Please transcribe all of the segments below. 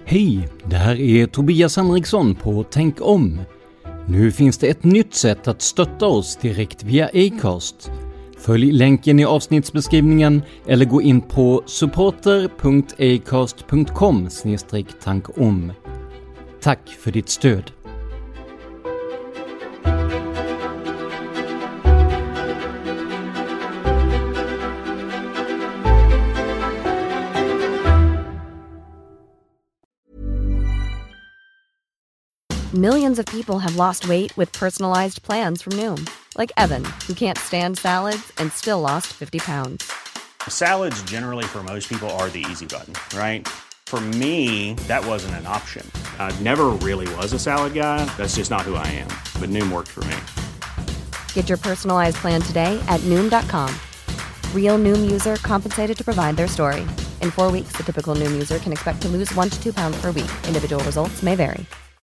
Hej, det här är Tobias Henriksson på Tänk om. Nu finns det ett nytt sätt att stötta oss direkt via Acast. Följ länken i avsnittsbeskrivningen eller gå in på supporter.acast.com/tankom. Tack för ditt stöd. Millions of people have lost weight with personalized plans from Noom. Like Evan, who can't stand salads and still lost 50 pounds. Salads generally for most people are the easy button, right? For me, that wasn't an option. I never really was a salad guy. That's just not who I am. But Noom worked for me. Get your personalized plan today at Noom.com. Real Noom user compensated to provide their story. In 4 weeks, the typical Noom user can expect to lose 1 to 2 pounds per week. Individual results may vary.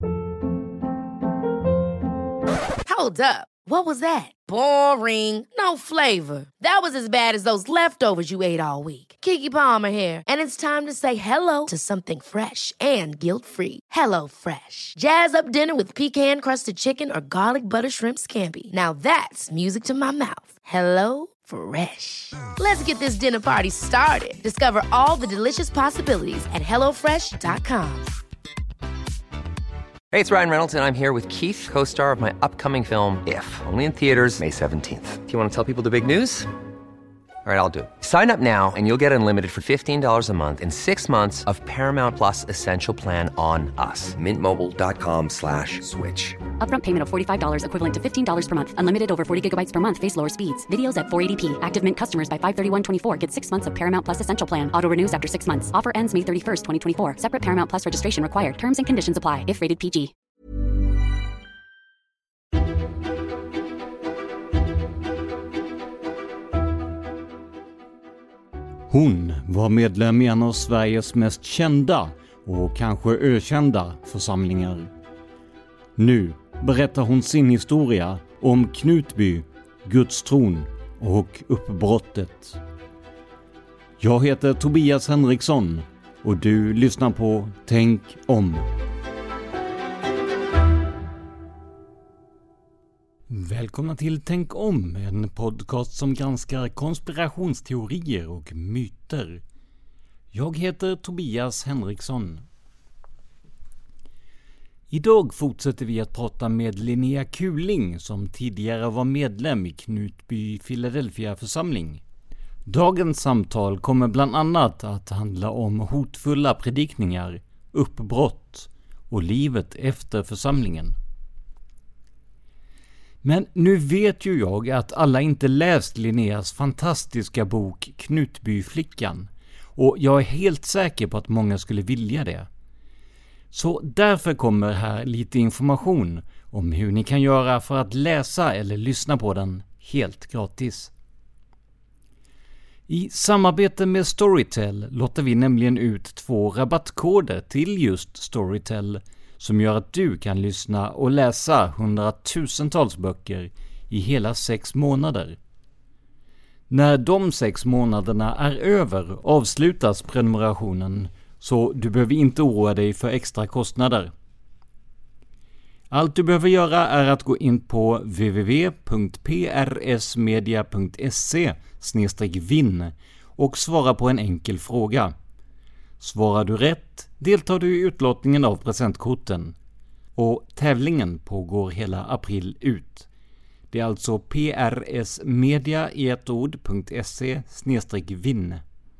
Hold up. What was that? Boring. No flavor. That was as bad as those leftovers you ate all week. Keke Palmer here, and it's time to say hello to something fresh and guilt-free. Hello Fresh. Jazz up dinner with pecan-crusted chicken or garlic butter shrimp scampi. Now that's music to my mouth. Hello Fresh. Let's get this dinner party started. Discover all the delicious possibilities at hellofresh.com. Hey, it's Ryan Reynolds, and I'm here with Keith, co-star of my upcoming film, If, only in theaters May 17th. Do you want to tell people the big news? All right, I'll do it. Sign up now and you'll get unlimited for $15 a month and 6 months of Paramount Plus Essential Plan on us. MintMobile.com/switch. Upfront payment of $45 equivalent to $15 per month. Unlimited over 40 gigabytes per month. Face lower speeds. Videos at 480p. Active Mint customers by 531.24 get 6 months of Paramount Plus Essential Plan. Auto renews after 6 months. Offer ends May 31st, 2024. Separate Paramount Plus registration required. Terms and conditions apply if rated PG. Hon var medlem i en av Sveriges mest kända och kanske ökända församlingar. Nu berättar hon sin historia om Knutby, Gudstron och uppbrottet. Jag heter Tobias Henriksson och du lyssnar på Tänk om. Välkomna till Tänk om, en podcast som granskar konspirationsteorier och myter. Jag heter Tobias Henriksson. Idag fortsätter vi att prata med Linnea Kuling som tidigare var medlem i Knutby Philadelphia församling. Dagens samtal kommer bland annat att handla om hotfulla predikningar, uppbrott och livet efter församlingen. Men nu vet ju jag att alla inte läst Linneas fantastiska bok Knutbyflickan, och jag är helt säker på att många skulle vilja det. Så därför kommer här lite information om hur ni kan göra för att läsa eller lyssna på den helt gratis. I samarbete med Storytel låter vi nämligen ut 2 rabattkoder till just Storytel som gör att du kan lyssna och läsa hundratusentals böcker i hela 6 månader. När de 6 månaderna är över avslutas prenumerationen, så du behöver inte oroa dig för extra kostnader. Allt du behöver göra är att gå in på www.prsmedia.se/vinn och svara på en enkel fråga. Svarar du rätt deltar du i utlottningen av presentkorten. Och tävlingen pågår hela april ut. Det är alltså prsmedia.se/vinn.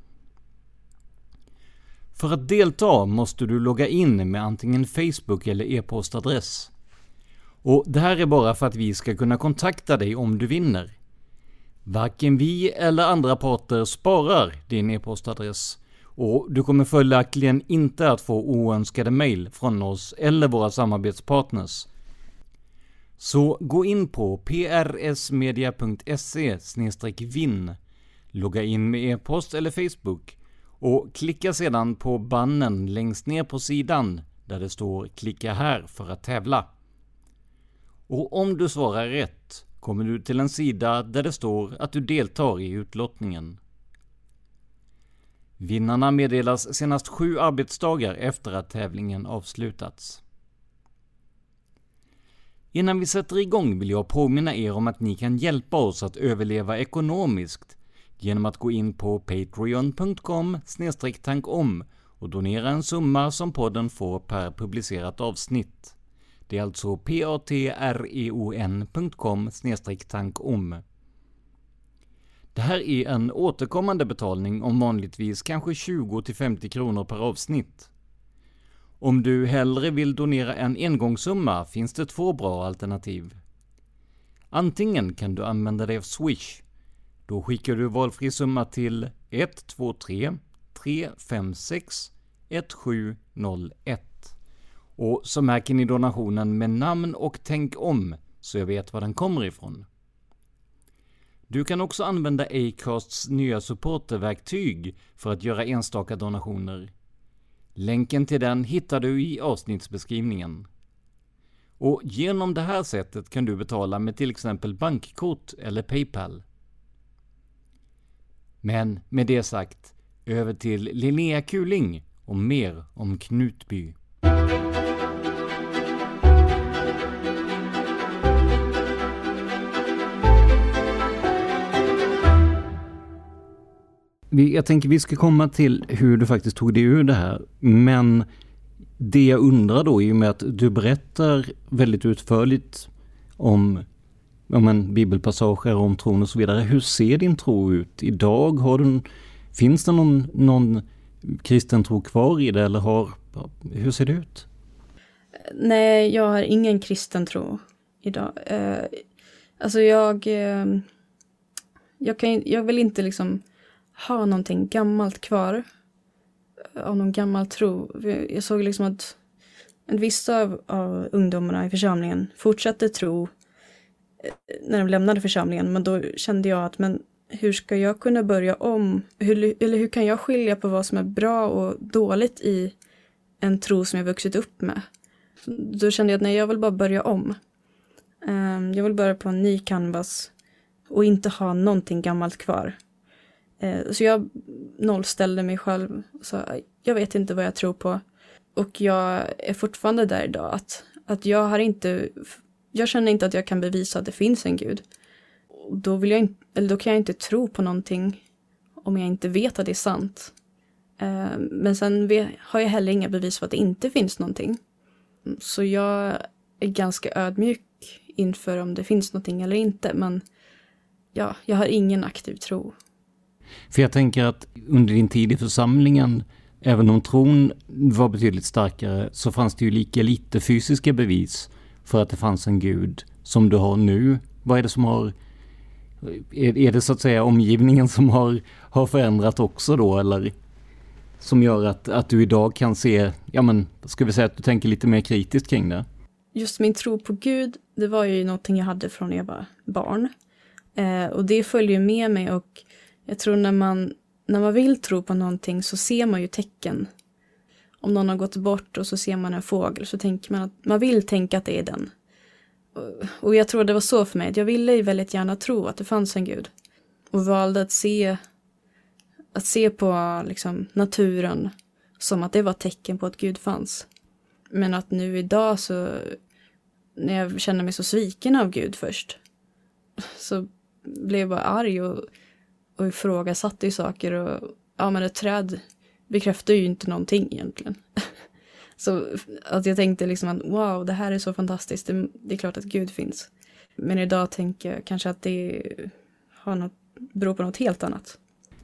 För att delta måste du logga in med antingen Facebook eller e-postadress. Och det här är bara för att vi ska kunna kontakta dig om du vinner. Varken vi eller andra parter sparar din e-postadress. Och du kommer följaktligen inte att få oönskade mejl från oss eller våra samarbetspartners. Så gå in på prsmedia.se/vinn, logga in med e-post eller Facebook och klicka sedan på bannern längst ner på sidan där det står klicka här för att tävla. Och om du svarar rätt kommer du till en sida där det står att du deltar i utlottningen. Vinnarna meddelas senast 7 arbetsdagar efter att tävlingen avslutats. Innan vi sätter igång vill jag påminna er om att ni kan hjälpa oss att överleva ekonomiskt genom att gå in på patreon.com/tankom och donera en summa som podden får per publicerat avsnitt. Det är alltså patreon.com/tankom. Det här är en återkommande betalning om vanligtvis kanske 20-50 kronor per avsnitt. Om du hellre vill donera en engångssumma finns det 2 bra alternativ. Antingen kan du använda dig av Swish. Då skickar du valfri summa till 123 356 1701. Och så märker ni donationen med namn och tänk om så jag vet var den kommer ifrån. Du kan också använda Acasts nya supporterverktyg för att göra enstaka donationer. Länken till den hittar du i avsnittsbeskrivningen. Och genom det här sättet kan du betala med till exempel bankkort eller PayPal. Men med det sagt, över till Linnea Kuling och mer om Knutby. Jag tänker vi ska komma till hur du faktiskt tog dig ur det här. Men det jag undrar då är ju med att du berättar väldigt utförligt om en bibelpassager, om tron och så vidare. Hur ser din tro ut idag? Finns det någon kristen tro kvar i det? Eller hur ser det ut? Nej, jag har ingen kristen tro idag. Alltså jag vill inte liksom ha någonting gammalt kvar av någon gammal tro. Jag såg liksom att vissa av ungdomarna i församlingen fortsatte tro när de lämnade församlingen, men då kände jag att hur ska jag kunna börja om? Hur kan jag skilja på vad som är bra och dåligt i en tro som jag vuxit upp med? Då kände jag att jag vill bara börja om. Jag vill börja på en ny canvas och inte ha någonting gammalt kvar. Så jag nollställde mig själv och sa, jag vet inte vad jag tror på. Och jag är fortfarande där idag att jag känner inte att jag kan bevisa att det finns en Gud. Och då kan jag inte tro på någonting om jag inte vet att det är sant. Men sen har jag heller inga bevis för att det inte finns någonting. Så jag är ganska ödmjuk inför om det finns någonting eller inte. Men ja, jag har ingen aktiv tro. För jag tänker att under din tid i församlingen, även om tron var betydligt starkare, så fanns det ju lika lite fysiska bevis för att det fanns en Gud som du har nu. Vad är det som har... Är det så att säga omgivningen som har förändrat också då, eller som gör att du idag kan se, ska vi säga att du tänker lite mer kritiskt kring det? Just min tro på Gud, det var ju någonting jag hade från när jag var barn. Och det följer med mig, och jag tror när man vill tro på någonting så ser man ju tecken. Om någon har gått bort och så ser man en fågel så tänker man att man vill tänka att det är den. Och jag tror det var så för mig. Jag ville ju väldigt gärna tro att det fanns en Gud. Och valde att se på liksom naturen som att det var tecken på att Gud fanns. Men att nu idag så, när jag känner mig så sviken av Gud först, så blev jag bara arg och ifrågasatte ju saker. Och men ett träd bekräftar ju inte någonting egentligen. Så att jag tänkte liksom att wow, det här är så fantastiskt. Det är klart att Gud finns. Men idag tänker jag kanske att det beror på något helt annat.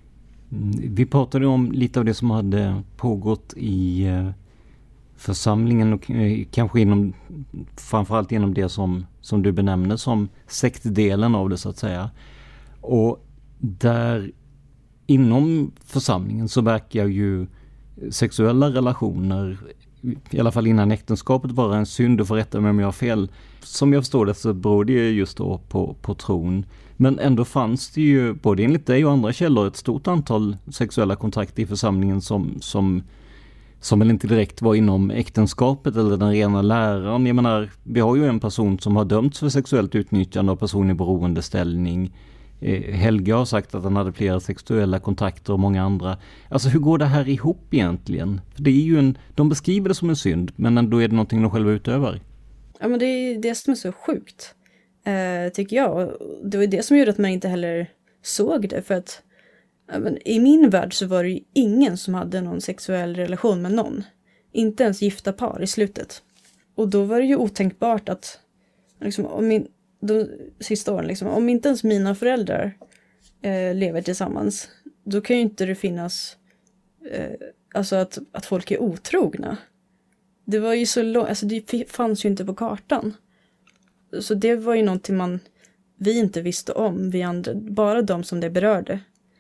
Vi pratade om lite av det som hade pågått i församlingen och kanske framförallt inom det som du benämner som sektdelen av det så att säga. Och där inom församlingen så verkar ju sexuella relationer, i alla fall innan äktenskapet, vara en synd, och får rätta mig om jag har fel. Som jag förstår det så beror det just då på tron. Men ändå fanns det ju, både enligt dig och andra källor, ett stort antal sexuella kontakter i församlingen som väl inte direkt var inom äktenskapet eller den rena läran. Jag menar, vi har ju en person som har dömts för sexuellt utnyttjande av person i beroendeställning. Helge har sagt att han hade flera sexuella kontakter och många andra. Alltså hur går det här ihop egentligen? För det är ju de beskriver det som en synd, men ändå är det någonting de själva utövar. Ja, men det är det som är så sjukt, tycker jag. Det var det som gjorde att man inte heller såg det. För att i min värld så var det ju ingen som hade någon sexuell relation med någon. Inte ens gifta par i slutet. Och då var det ju otänkbart att liksom, de sista åren, liksom, om inte ens mina föräldrar lever tillsammans, då kan ju inte det finnas alltså att folk är otrogna. Det var ju så långt, alltså det fanns ju inte på kartan. Så det var ju någonting vi inte visste om, vi andra, bara de som det berörde.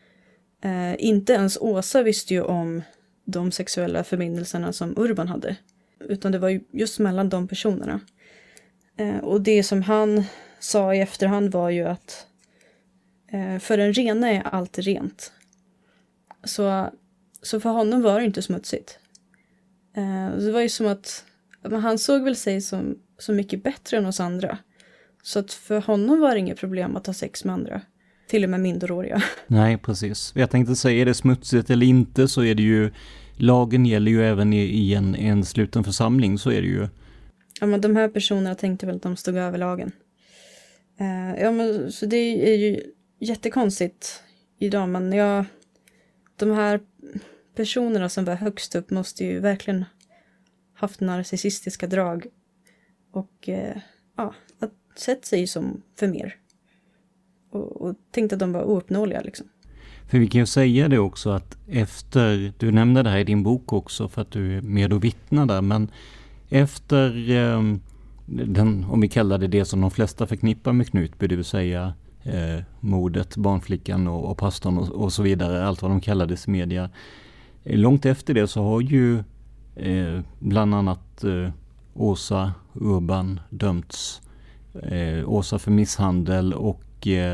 Inte ens Åsa visste ju om de sexuella förbindelserna som Urban hade. Utan det var ju just mellan de personerna. Och det som han sa i efterhand var ju att för en rena är allt rent. Så för honom var det inte smutsigt. Det var ju som att han såg väl sig som så mycket bättre än oss andra. Så att för honom var det inget problem att ha sex med andra. Till och med minderåriga. Nej, precis. Jag tänkte säga, är det smutsigt eller inte, så är det ju, lagen gäller ju även i en sluten församling, så är det ju. Ja, men de här personerna tänkte väl att de stod över lagen. Ja, men så det är ju jättekonstigt idag, men de här personerna som var högst upp måste ju verkligen haft narcissistiska drag och att sett sig som för mer och tänkte att de var ouppnåeliga liksom. För vi kan ju säga det också att efter, du nämnde det här i din bok också för att du är med och vittnar där, men efter om vi kallar det som de flesta förknippar med Knutby, det vill säga mordet, barnflickan och pastorn och så vidare, allt vad de kallades i media. Långt efter det så har ju bland annat Åsa Urban dömts. Åsa för misshandel och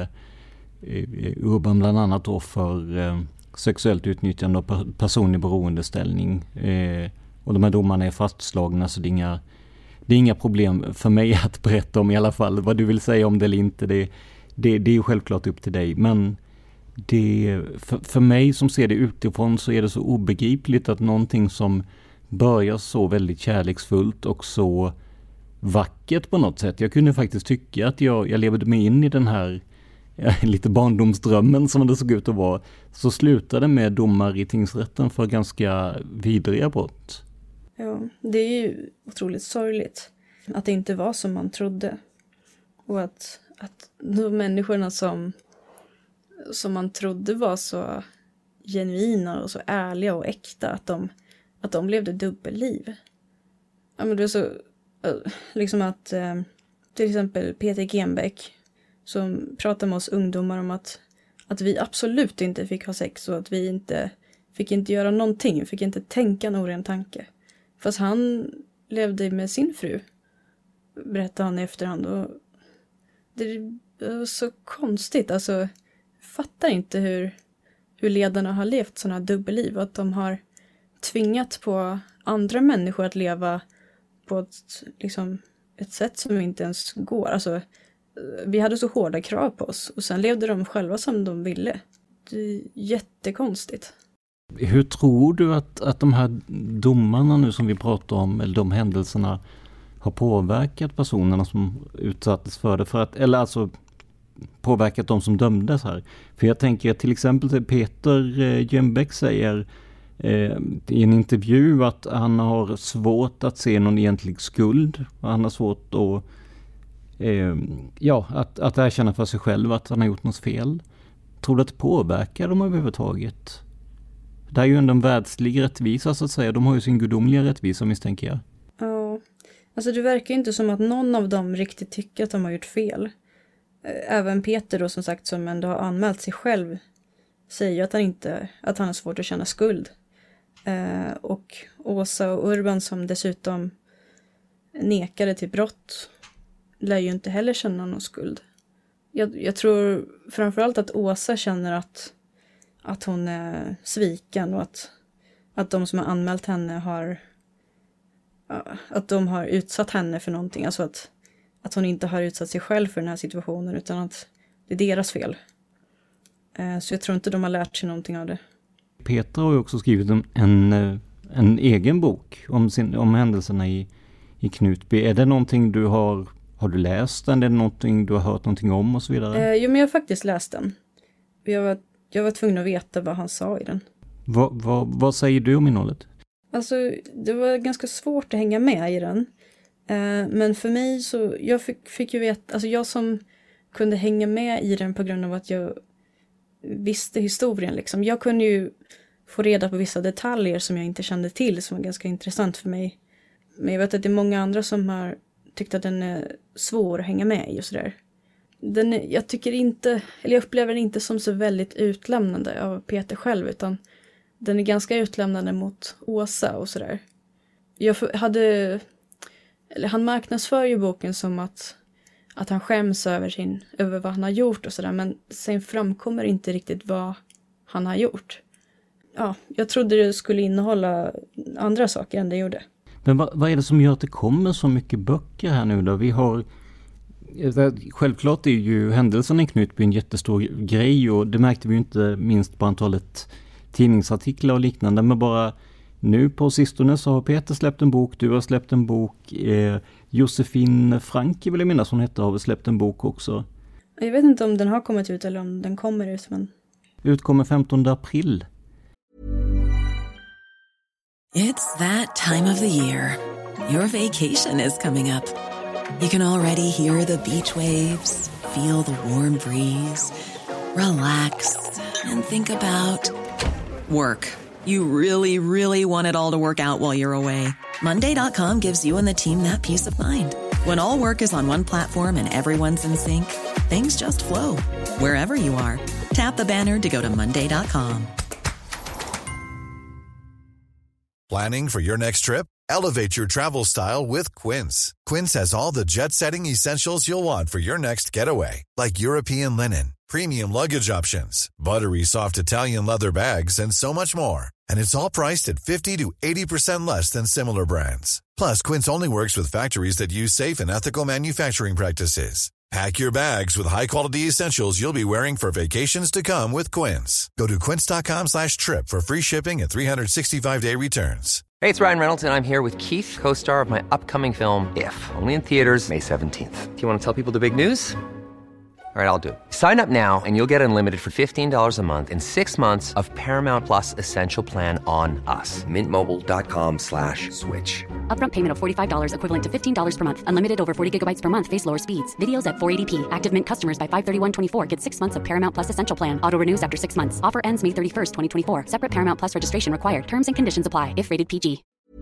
Urban bland annat då för sexuellt utnyttjande och personlig beroendeställning. Och de här domarna är fastslagna, så det är inga problem för mig att berätta om i alla fall. Vad du vill säga om det eller inte, det är ju självklart upp till dig. Men för mig som ser det utifrån så är det så obegripligt att någonting som börjar så väldigt kärleksfullt och så vackert på något sätt. Jag kunde faktiskt tycka att jag levde mig in i den här lite barndomsdrömmen som det såg ut att vara. Så slutade med domar i tingsrätten för ganska vidriga brott. Ja, det är ju otroligt sorgligt att det inte var som man trodde. Och att de människorna som man trodde var så genuina och så ärliga och äkta, att de levde dubbelliv. Ja, men det är så liksom att till exempel Peter Genbeck som pratar med oss ungdomar om att vi absolut inte fick ha sex och att vi inte fick göra någonting, fick inte tänka en oren tanke. Fast han levde med sin fru, berättade han i efterhand. Och det är så konstigt, alltså jag fattar inte hur ledarna har levt sådana här dubbelliv och att de har tvingat på andra människor att leva på ett sätt som inte ens går. Alltså, vi hade så hårda krav på oss och sen levde de själva som de ville. Det är jättekonstigt. Hur tror du att de här domarna nu som vi pratar om, eller de händelserna, har påverkat personerna som utsattes för det? Eller alltså påverkat de som dömdes här? För jag tänker till exempel Peter Genbeck säger i en intervju att han har svårt att se någon egentlig skuld. Och han har svårt att erkänna för sig själv att han har gjort något fel. Tror du att det påverkar dem överhuvudtaget? Det är ju ändå en världslig rättvisa så att säga. De har ju sin gudomliga rättvisa, misstänker jag. Ja, alltså det verkar inte som att någon av dem riktigt tycker att de har gjort fel. Även Peter då som sagt, som ändå har anmält sig själv, säger att han har svårt att känna skuld. Och Åsa och Urban som dessutom nekade till brott lär ju inte heller känna någon skuld. Jag tror framförallt att Åsa känner att hon är sviken och att de som har anmält henne att de har utsatt henne för någonting. Alltså att hon inte har utsatt sig själv för den här situationen utan att det är deras fel. Så jag tror inte de har lärt sig någonting av det. Peter har ju också skrivit en egen bok om händelserna i Knutby. Är det någonting du har du läst den? Är det någonting du har hört någonting om och så vidare? Jo, men jag har faktiskt läst den. Jag var tvungen att veta vad han sa i den. Vad säger du om innehållet? Alltså, det var ganska svårt att hänga med i den. Men för mig så, jag fick ju veta, alltså jag som kunde hänga med i den på grund av att jag visste historien liksom. Jag kunde ju få reda på vissa detaljer som jag inte kände till, som var ganska intressant för mig. Men jag vet att det är många andra som har tyckt att den är svår att hänga med i och sådär. Jag tycker inte, eller jag upplever det inte som så väldigt utlämnande av Peter själv, utan den är ganska utlämnande mot Åsa och sådär. Han marknadsför ju boken som att han skäms över vad han har gjort och sådär, men sen framkommer inte riktigt vad han har gjort. Ja, jag trodde det skulle innehålla andra saker än det gjorde. Men vad är det som gör att det kommer så mycket böcker här nu då? Vi har, självklart är ju händelsen i Knutby en jättestor grej, och det märkte vi ju inte minst på antalet tidningsartiklar och liknande, men bara nu på sistone så har Peter släppt en bok, du har släppt en bok, Josefin Franke vill jag minnas hon heter, har väl släppt en bok också. Jag vet inte om den har kommit ut eller om den kommer ut, men... Utkommer 15 april. It's that time of the year. Your vacation is coming up. You can already hear the beach waves, feel the warm breeze, relax and think about work. You really, really want it all to work out while you're away. Monday.com gives you and the team that peace of mind. When all work is on one platform and everyone's in sync, things just flow. Wherever you are, tap the banner to go to Monday.com. Planning for your next trip? Elevate your travel style with Quince. Quince has all the jet-setting essentials you'll want for your next getaway, like European linen, premium luggage options, buttery soft Italian leather bags, and so much more. And it's all priced at 50 to 80% less than similar brands. Plus, Quince only works with factories that use safe and ethical manufacturing practices. Pack your bags with high-quality essentials you'll be wearing for vacations to come with Quince. Go to quince.com/trip for free shipping and 365-day returns. Hey, it's Ryan Reynolds, and I'm here with Keith, co-star of my upcoming film, If, only in theaters May 17th. Do you want to tell people the big news? All right, I'll do it. Sign up now and you'll get unlimited for $15 a month and 6 months of Paramount Plus Essential Plan on us. MintMobile.com/switch. Upfront payment of $45 equivalent to $15 per month. Unlimited over 40 gigabytes per month. Face lower speeds. Videos at 480p. Active Mint customers by 531.24 get 6 months of Paramount Plus Essential Plan. Auto renews after 6 months. Offer ends May 31st, 2024. Separate Paramount Plus registration required. Terms and conditions apply if rated PG.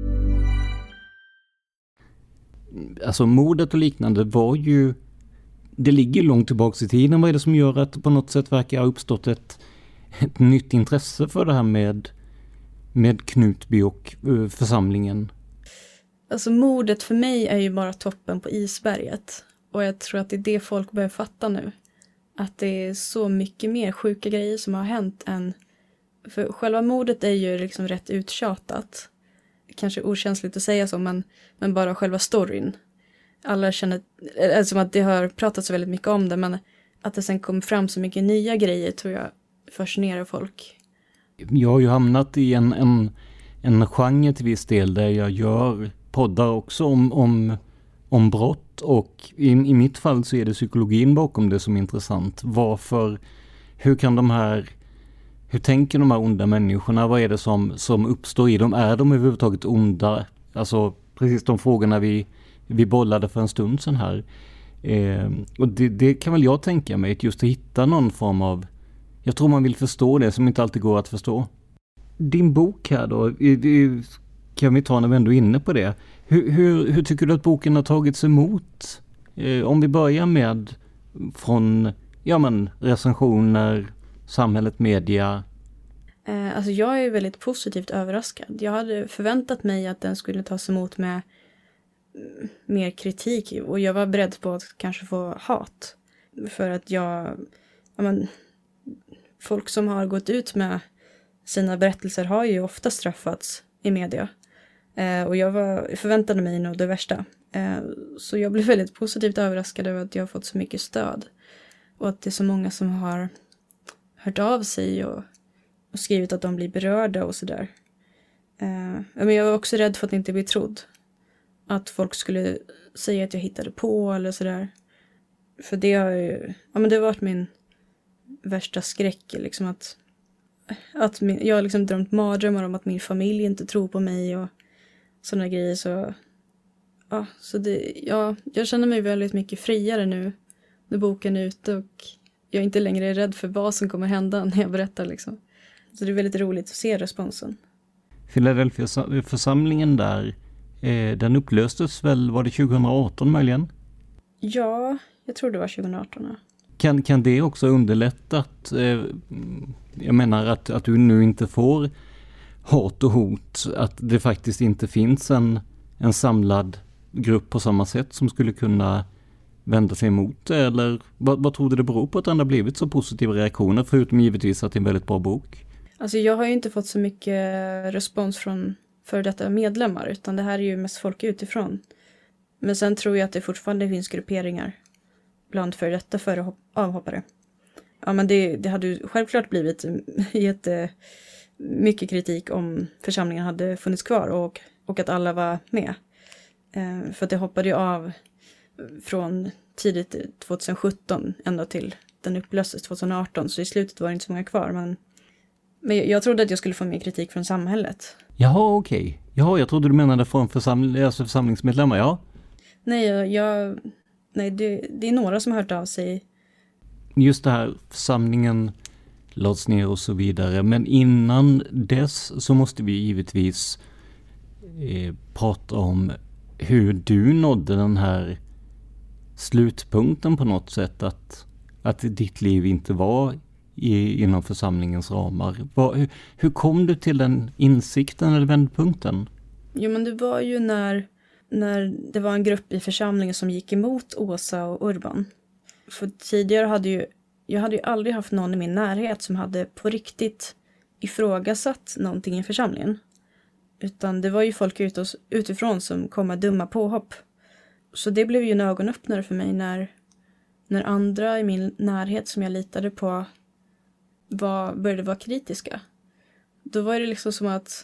Alltså mordet och liknande var ju, det ligger långt tillbaka i tiden. Vad är det som gör att på något sätt verkar ha uppstått ett nytt intresse för det här med Knutby och församlingen? Alltså mordet för mig är ju bara toppen på isberget. Och jag tror att det är det folk börjar fatta nu. Att det är så mycket mer sjuka grejer som har hänt än... För själva mordet är ju liksom rätt uttjatat. Kanske okänsligt att säga så, men bara själva storyn. Alla känner... Alltså att det har pratats så väldigt mycket om det, men att det sen kommer fram så mycket nya grejer tror jag fascinerar folk. Jag har ju hamnat i en genre till viss del där jag gör poddar också om brott, och i mitt fall så är det psykologin bakom det som är intressant. Hur tänker de här onda människorna? Vad är det som uppstår i dem? Är de överhuvudtaget onda? Alltså precis de frågorna vi bollade för en stund sedan här. Och det kan väl jag tänka mig, just att hitta någon form av... Jag tror man vill förstå det som inte alltid går att förstå. Din bok här då, kan vi ta när vi ändå är inne på det. Hur tycker du att boken har tagits emot? Om vi börjar med från recensioner, samhället, media. Alltså jag är väldigt positivt överraskad. Jag hade förväntat mig att den skulle tas emot med mer kritik, och jag var beredd på att kanske få hat. För att folk som har gått ut med sina berättelser har ju ofta straffats i media. Och jag förväntade mig nog det värsta. Så jag blev väldigt positivt överraskad över att jag har fått så mycket stöd. Och att det är så många som har hört av sig och skrivit att de blir berörda och sådär. Men jag var också rädd för att inte bli trodd. Att folk skulle säga att jag hittade på eller sådär. För det har ju, det har varit min värsta skräck liksom att jag har liksom drömt mardrömmar om att min familj inte tror på mig och sådana grejer. Så jag känner mig väldigt mycket friare nu när boken är ute och jag är inte längre rädd för vad som kommer hända när jag berättar liksom. Så det är väldigt roligt att se responsen. Philadelphia-församlingen där, den upplöstes väl, var det 2018 möjligen? Ja, jag tror det var 2018. Ja. Kan det också underlätta att, jag menar att du nu inte får hat och hot, att det faktiskt inte finns en samlad grupp på samma sätt som skulle kunna vända sig emot det, eller vad tror du det beror på att det har blivit så positiva reaktioner, förutom givetvis att det är en väldigt bra bok? Alltså jag har ju inte fått så mycket respons från för detta medlemmar, utan det här är ju mest folk utifrån. Men sen tror jag att det fortfarande finns grupperingar bland för detta för avhoppare. Ja, men det hade ju självklart blivit mycket kritik om församlingen hade funnits kvar och att alla var med. För att det hoppade ju av från tidigt 2017 ända till den upplöstes 2018, så i slutet var det inte så många kvar. Men jag trodde att jag skulle få mer kritik från samhället. Jaha, okej. Jaha, jag trodde du menade från församlingsmedlemmar, ja. Nej, det är några som har hört av sig. Just det här, församlingen lades ner och så vidare. Men innan dess så måste vi givetvis prata om hur du nådde den här slutpunkten på något sätt. Att ditt liv inte var inom församlingens ramar. Hur kom du till den insikten eller vändpunkten? Jo, men det var ju när det var en grupp i församlingen som gick emot Åsa och Urban. För tidigare hade jag ju aldrig haft någon i min närhet som hade på riktigt ifrågasatt någonting i församlingen. Utan det var ju folk utifrån som kom med dumma påhopp. Så det blev ju en ögonöppnare för mig när andra i min närhet som jag litade på började vara kritiska. Då var det liksom som att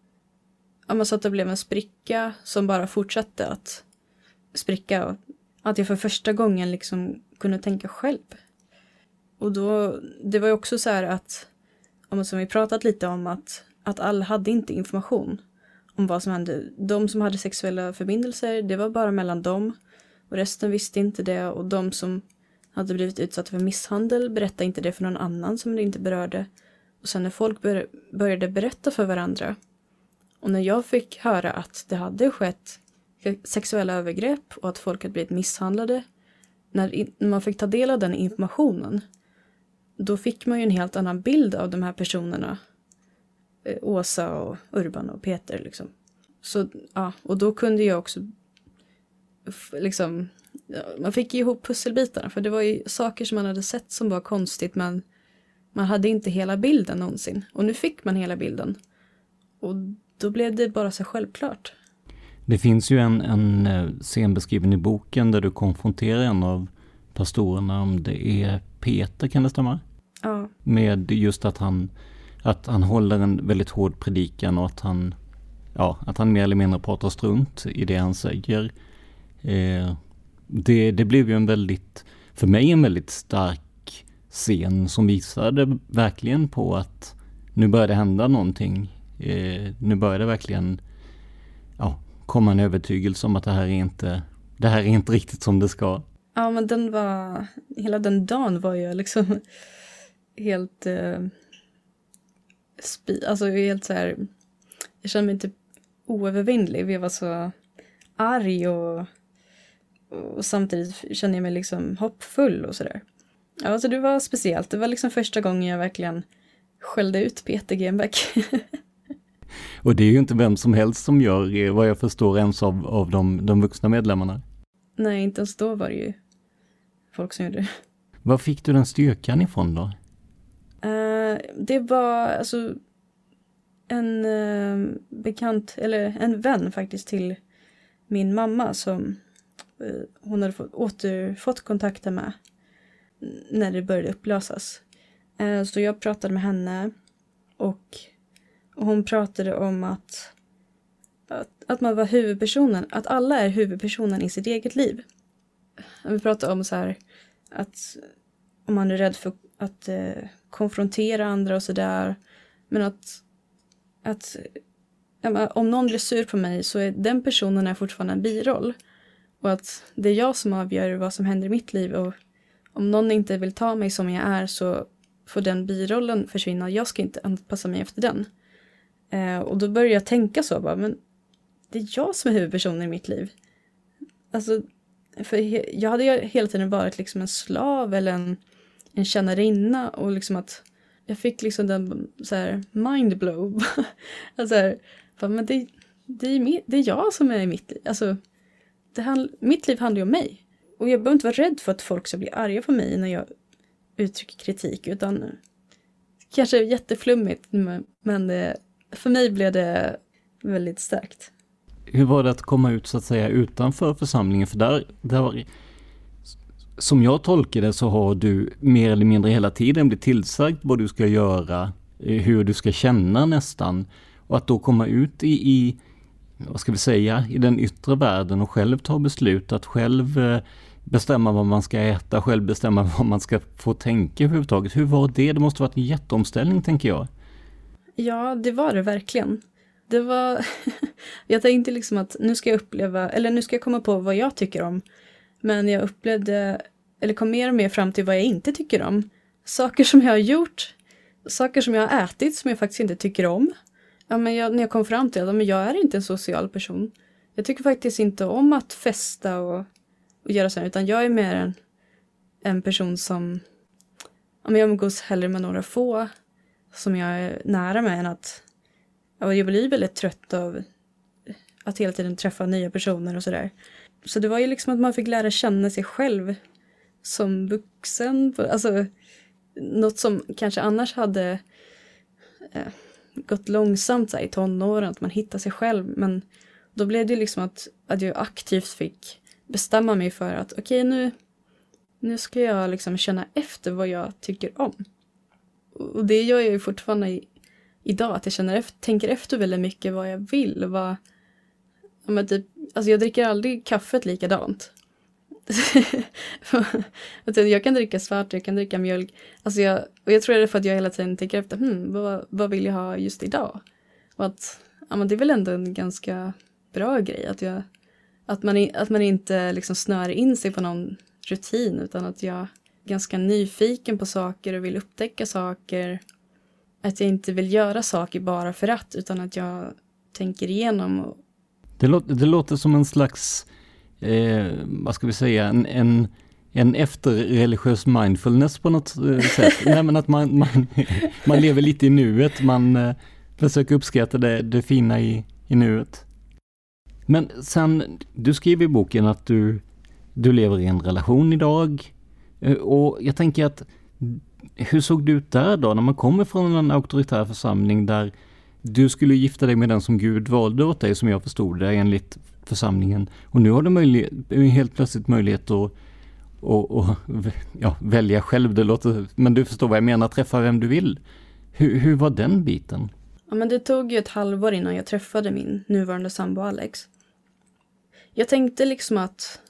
så att det blev en spricka som bara fortsatte att spricka. Och att jag för första gången liksom kunde tänka själv. Och då, det var ju också så här att, som vi pratat lite om, att alla hade inte information om vad som hände. De som hade sexuella förbindelser, det var bara mellan dem. Och resten visste inte det. Och de som hade blivit utsatta för misshandel berättade inte det för någon annan som det inte berörde. Och sen när folk började berätta för varandra. Och när jag fick höra att det hade skett sexuella övergrepp och att folk hade blivit misshandlade. När man fick ta del av den informationen, då fick man ju en helt annan bild av de här personerna. Åsa och Urban och Peter liksom. Så ja, och då kunde jag också liksom, man fick ju ihop pusselbitarna, för det var ju saker som man hade sett som var konstigt, men man hade inte hela bilden någonsin. Och nu fick man hela bilden. Och då blev det bara så självklart. Det finns ju en scen beskriven i boken där du konfronterar en av pastorerna, om det är Peter, kan det stämma? Ja. Med just att han håller en väldigt hård predikan och att han mer eller mindre pratar strunt i det han säger. Det blev ju för mig en väldigt stark scen som visade verkligen på att nu började hända någonting. Nu började verkligen komma en övertygelse om att det här är inte riktigt som det ska. Ja, men hela den dagen var jag liksom helt helt så här, jag kände mig typ oövervinnlig. Jag var så arg och samtidigt kände jag mig liksom hoppfull och sådär. Ja, alltså det var speciellt. Det var liksom första gången jag verkligen skällde ut Peter Genbeck. Och det är ju inte vem som helst som gör, vad jag förstår, ens av de vuxna medlemmarna. Nej, inte ens då var det ju folk som gjorde det. Var fick du den styrkan ifrån då? Det var alltså en bekant, eller en vän faktiskt till min mamma som hon hade fått kontakta med när det började upplösas. Så jag pratade med henne och hon pratade om att man var huvudpersonen, att alla är huvudpersonen i sitt eget liv. Vi pratade om så här att om man är rädd för att konfrontera andra och sådär, men att om någon blir sur på mig så är den personen fortfarande en biroll. Och att det är jag som avgör vad som händer i mitt liv. Och om någon inte vill ta mig som jag är så får den birollen försvinna. Jag ska inte anpassa mig efter den. Och då började jag tänka så. Men det är jag som är huvudpersonen i mitt liv. Alltså, för jag hade ju hela tiden varit liksom en slav eller en tjänarinna. Och liksom att jag fick liksom den så här mindblow. Alltså men det är jag som är i mitt liv. Alltså, mitt liv handlar ju om mig. Och jag behöver inte vara rädd för att folk ska bli arga på mig när jag uttrycker kritik. Utan kanske jätteflummigt. Men för mig blev det väldigt starkt. Hur var det att komma ut så att säga utanför församlingen? För där som jag tolkar det så har du mer eller mindre hela tiden blivit tillsagt vad du ska göra, hur du ska känna nästan. Och att då komma ut i vad ska vi säga, i den yttre världen och själv ta beslut, att själv bestämma vad man ska äta, själv bestämma vad man ska få tänka överhuvudtaget. Hur var det? Det måste vara en jätteomställning, tänker jag. Ja, det var det verkligen. Det var, jag tänkte liksom att nu ska jag komma på vad jag tycker om. Men jag kom mer och mer fram till vad jag inte tycker om. Saker som jag har gjort, saker som jag har ätit som jag faktiskt inte tycker om. Ja, men när jag kom fram till att jag är inte en social person. Jag tycker faktiskt inte om att festa och göra så här, utan jag är mer en person som jag umgås hellre med några få som jag är nära med än att jag blir väldigt trött av att hela tiden träffa nya personer och sådär. Så det var ju liksom att man fick lära känna sig själv som vuxen. Alltså något som kanske annars hade gått långsamt så här, i tonåren, att man hittar sig själv. Men då blev det liksom att jag aktivt fick bestämma mig för att okej, nu ska jag liksom känna efter vad jag tycker om. Och det gör jag ju fortfarande idag, att jag tänker efter väldigt mycket vad jag vill. Alltså jag dricker aldrig kaffet likadant. Jag kan dricka svart, jag kan dricka mjölk. Alltså jag tror det är för att jag hela tiden tänker efter, vad vill jag ha just idag? Och att det är väl ändå en ganska bra grej att man inte liksom snör in sig på någon rutin, utan att jag är ganska nyfiken på saker och vill upptäcka saker. Att jag inte vill göra saker bara för att, utan att jag tänker igenom. Det låter som en slags vad ska vi säga, en efterreligiös mindfulness på något sätt. Nej, men att man lever lite i nuet, man försöker uppskatta det fina i nuet. Men sen, du skriver i boken att du lever i en relation idag, och jag tänker att hur såg det ut där då, när man kommer från en auktoritär församling där du skulle gifta dig med den som Gud valde åt dig, som jag förstod det, enligt församlingen. Och nu har du helt plötsligt möjlighet att välja själv. Det låter, men du förstår vad jag menar, träffa vem du vill. Hur var den biten? Ja, men det tog ju ett halvår innan jag träffade min nuvarande sambo Alex. Jag tänkte liksom att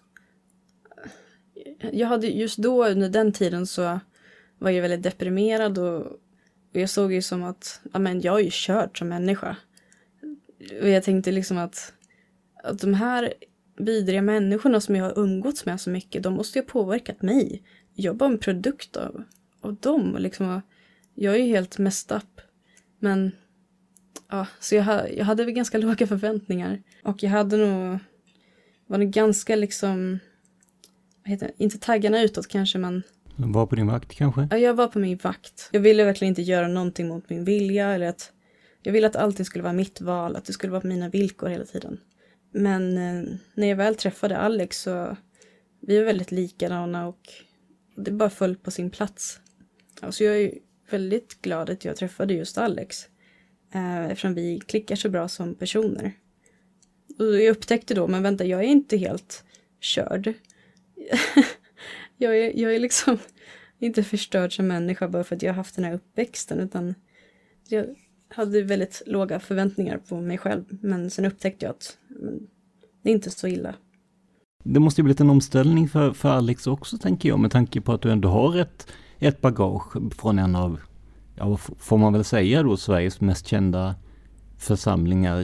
jag hade just då, under den tiden, så var jag väldigt deprimerad och jag såg ju som att jag är ju körd som människa. Och jag tänkte liksom att de här vidriga människorna som jag har umgåtts med så mycket, de måste ju ha påverkat mig. Jag är bara en produkt av dem. Liksom, jag är ju helt messed up. Men ja, så jag hade väl ganska låga förväntningar. Och jag var nog ganska liksom, inte taggarna utåt kanske, men var på din vakt kanske? Ja, jag var på min vakt. Jag ville verkligen inte göra någonting mot min vilja, eller att jag ville att allting skulle vara mitt val, att det skulle vara på mina villkor hela tiden. Men när jag väl träffade Alex så vi var väldigt likadana och det bara föll på sin plats. Alltså jag är väldigt glad att jag träffade just Alex, eftersom vi klickar så bra som personer. Och jag upptäckte då, men vänta, jag är inte helt körd. Jag är liksom, inte förstörd som människa bara för att jag har haft den här uppväxten, utan jag hade väldigt låga förväntningar på mig själv, men sen upptäckte jag att det är inte så illa. Det måste ju blivit en omställning för Alex också, tänker jag, med tanke på att du ändå har ett bagage från en av, ja, får man väl säga då, Sveriges mest kända församlingar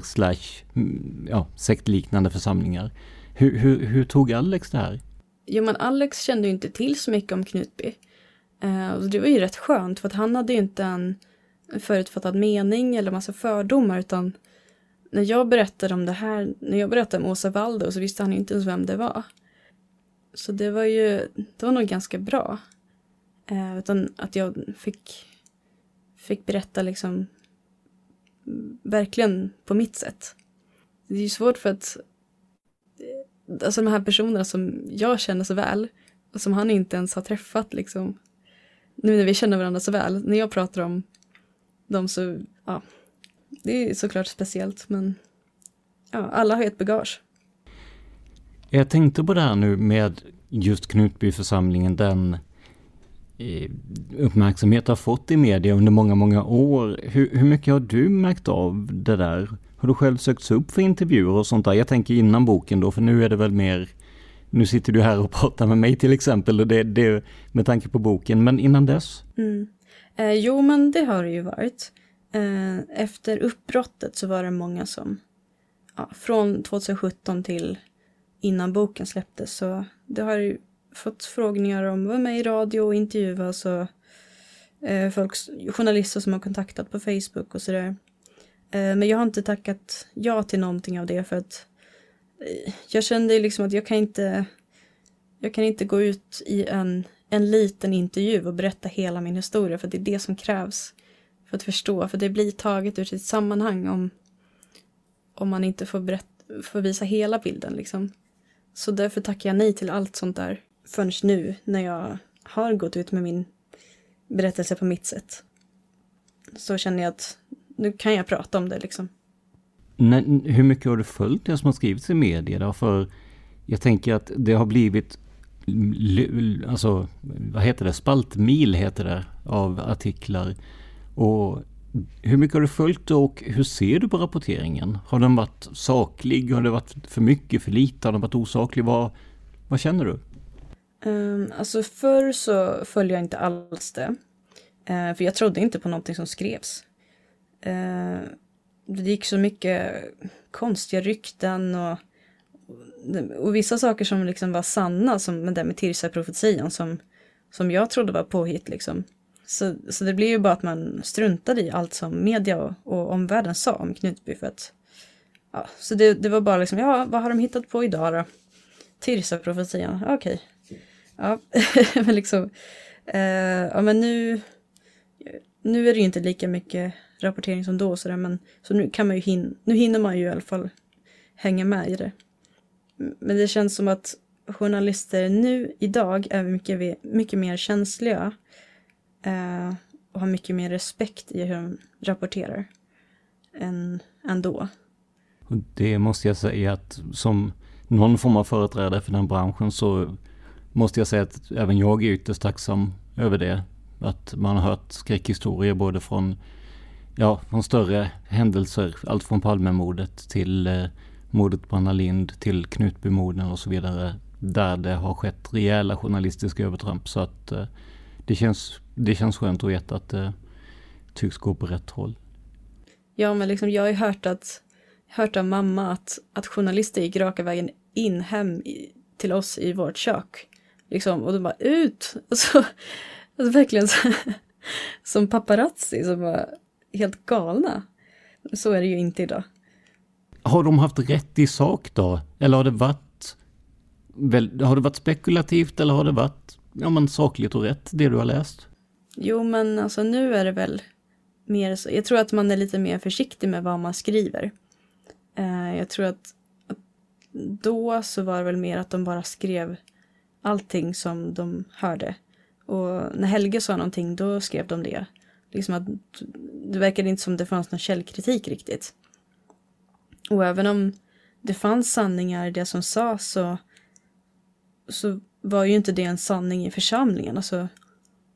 / sektliknande församlingar. Hur tog Alex det här? Jo, men Alex kände ju inte till så mycket om Knutby. Och det var ju rätt skönt, för att han hade ju inte en förutfattad mening eller massa fördomar, utan när jag berättade om det här, när jag berättade om Åsa Waldau, så visste han ju inte ens vem det var. Så det var nog ganska bra. Utan att jag fick berätta liksom verkligen på mitt sätt. Det är ju svårt för att alltså de här personerna som jag känner så väl och som han inte ens har träffat liksom, nu när vi känner varandra så väl, när jag pratar om dem så, ja, det är såklart speciellt, men ja, alla har ett bagage. Jag tänkte på det här nu med just Knutbyförsamlingen, den uppmärksamhet har fått i media under många, många år. Hur mycket har du märkt av det där? Har du själv sökt upp för intervjuer och sånt där? Jag tänker innan boken då, för nu är det väl mer, nu sitter du här och pratar med mig till exempel, och det med tanke på boken, men innan dess? Jo, men det har det ju varit. Efter uppbrottet så var det många som, från 2017 till innan boken släpptes, så det har ju fått frågningar om att vara med i radio och intervjuas, och journalister som har kontaktat på Facebook och sådär. Men jag har inte tackat ja till någonting av det, för att jag kände liksom att jag kan inte gå ut i en liten intervju och berätta hela min historia, för det är det som krävs för att förstå, för det blir taget ur sitt sammanhang om man inte får visa hela bilden liksom. Så därför tackar jag nej till allt sånt där förrän nu, när jag har gått ut med min berättelse på mitt sätt. Så känner jag att nu kan jag prata om det liksom. Hur mycket har du följt det som har skrivits i media då? För jag tänker att det har blivit alltså, vad heter det? Spaltmil heter det, av artiklar. Och hur mycket har du följt och hur ser du på rapporteringen? Har den varit saklig? Har det varit för mycket, för lite? Har den varit osaklig? Vad känner du? Alltså förr så följde jag inte alls det. För jag trodde inte på någonting som skrevs. Det gick så mycket konstiga rykten och vissa saker som liksom var sanna, som det med Tirsa-profetian som jag trodde var påhitt liksom. Så det blev ju bara att man struntade i allt som media och omvärlden sa om Knutby, för att så det var bara liksom, vad har de hittat på idag då? Tirsa-profetian, okej. Ja, men liksom men nu är det ju inte lika mycket rapportering som då, men så nu kan man ju nu hinner man ju i alla fall hänga med i det. Men det känns som att journalister nu idag är mycket mer känsliga och har mycket mer respekt i hur de rapporterar än då. Och det måste jag säga att som någon form av företrädare för den branschen så måste jag säga att även jag är ytterst tacksam över det. Att man har hört skräckhistorier både från större händelser, allt från Palmemordet till mordet på Anna Lindh till Knutbymorden och så vidare, där det har skett rejäla journalistiska övertramp. Så att det känns skönt att veta att det tycks gå på rätt håll. Ja, men liksom jag har hört av mamma att journalister gick raka vägen in hem till oss i vårt kök. Liksom, och de bara ut! Och så, alltså verkligen som paparazzi som var helt galna. Så är det ju inte idag. Har de haft rätt i sak då? Eller har det varit spekulativt, eller har det varit sakligt och rätt det du har läst? Jo, men alltså nu är det väl mer så. Jag tror att man är lite mer försiktig med vad man skriver. Jag tror att då så var det väl mer att de bara skrev allting som de hörde. Och när Helge sa någonting, då skrev de det. Liksom att det verkade inte som det fanns någon källkritik riktigt. Och även om det fanns sanningar i det som sades, så var ju inte det en sanning i församlingen. Alltså,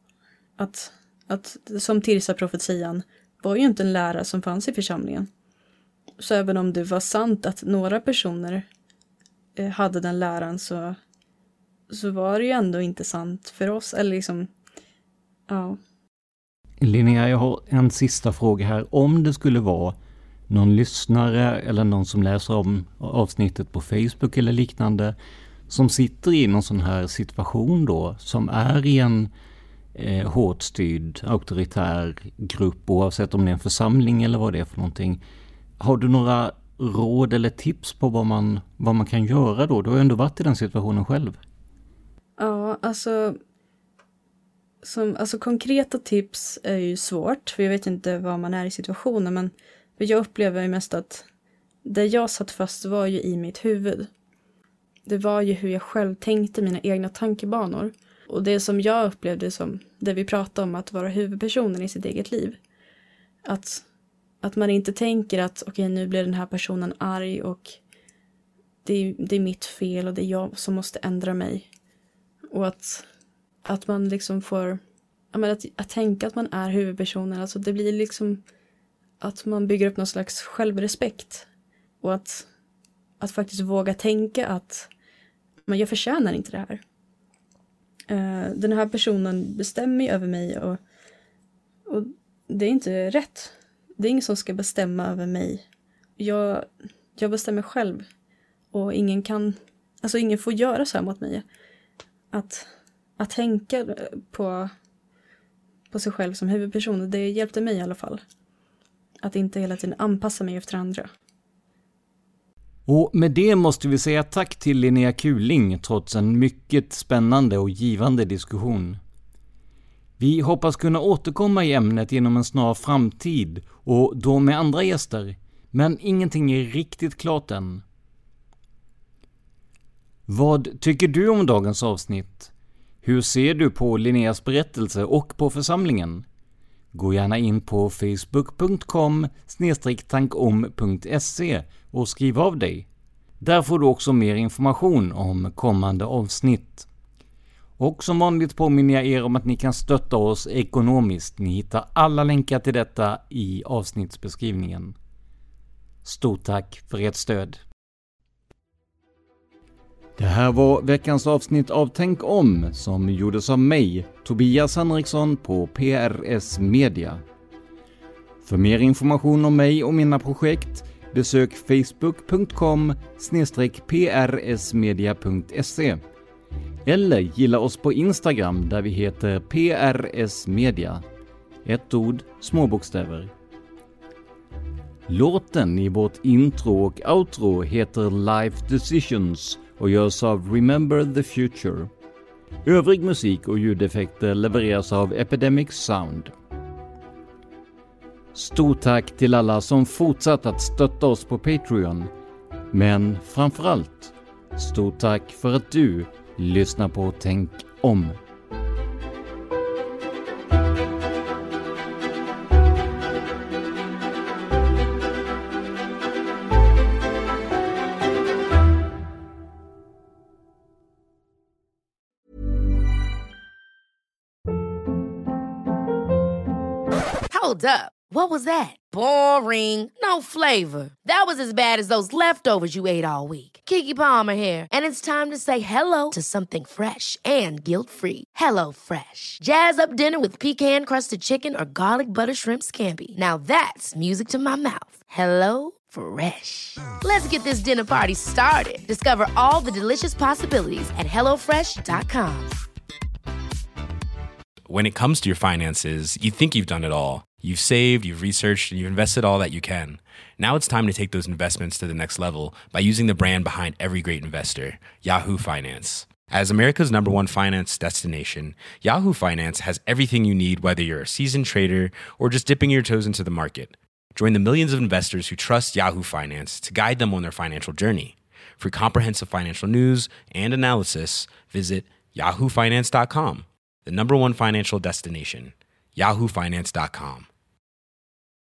Att som Tirsa-profetian var ju inte en lära som fanns i församlingen. Så även om det var sant att några personer hade den läran så var det ju ändå inte sant för oss. Eller liksom, ja. Linnea, jag har en sista fråga här. Om det skulle vara någon lyssnare eller någon som läser om avsnittet på Facebook eller liknande som sitter i någon sån här situation då, som är i en hårt styrd, auktoritär grupp, oavsett om det är en församling eller vad det är för någonting. Har du några råd eller tips på vad man kan göra då? Du har ju ändå varit i den situationen själv. Ja, alltså konkreta tips är ju svårt, för jag vet inte vad man är i situationen, men jag upplever ju mest att det jag satt fast var ju i mitt huvud. Det var ju hur jag själv tänkte, mina egna tankebanor. Och det som jag upplevde som det vi pratade om, att vara huvudpersonen i sitt eget liv. Att man inte tänker att okej, nu blir den här personen arg och det är mitt fel och det är jag som måste ändra mig. Och att man liksom får, att tänka att man är huvudpersonen. Alltså det blir liksom att man bygger upp någon slags självrespekt. Och att faktiskt våga tänka att men jag förtjänar inte det här. Den här personen bestämmer ju över mig och det är inte rätt. Det är ingen som ska bestämma över mig. Jag bestämmer själv. Och ingen får göra så här mot mig. Att tänka på sig själv som huvudperson, det hjälpte mig i alla fall. Att inte hela tiden anpassa mig efter andra. Och med det måste vi säga tack till Linnea Kuling trots en mycket spännande och givande diskussion. Vi hoppas kunna återkomma i ämnet inom en snar framtid och då med andra gäster, men ingenting är riktigt klart än. Vad tycker du om dagens avsnitt? Hur ser du på Linneas berättelse och på församlingen? Gå gärna in på facebook.com/tankom.se och skriv av dig. Där får du också mer information om kommande avsnitt. Och som vanligt påminner jag er om att ni kan stötta oss ekonomiskt. Ni hittar alla länkar till detta i avsnittsbeskrivningen. Stort tack för ert stöd. Det här var veckans avsnitt av Tänk om som gjordes av mig, Tobias Henriksson på PRS Media. För mer information om mig och mina projekt besök facebook.com/prsmedia.se eller gilla oss på Instagram där vi heter PRS Media. Ett ord, små bokstäver. Låten i vårt intro och outro heter Life Decisions och görs av Remember the Future. Övrig musik och ljudeffekter levereras av Epidemic Sound. Stort tack till alla som fortsatt att stötta oss på Patreon. Men framförallt, stort tack för att du lyssnar på Tänk om. Hold up. What was that? Boring. No flavor. That was as bad as those leftovers you ate all week. Keke Palmer here, and it's time to say hello to something fresh and guilt-free. Hello Fresh. Jazz up dinner with pecan-crusted chicken or garlic butter shrimp scampi. Now that's music to my mouth. Hello Fresh. Let's get this dinner party started. Discover all the delicious possibilities at hellofresh.com. When it comes to your finances, you think you've done it all. You've saved, you've researched, and you've invested all that you can. Now it's time to take those investments to the next level by using the brand behind every great investor, Yahoo Finance. As America's #1 finance destination, Yahoo Finance has everything you need, whether you're a seasoned trader or just dipping your toes into the market. Join the millions of investors who trust Yahoo Finance to guide them on their financial journey. For comprehensive financial news and analysis, visit yahoofinance.com. The #1 financial destination, yahoofinance.com.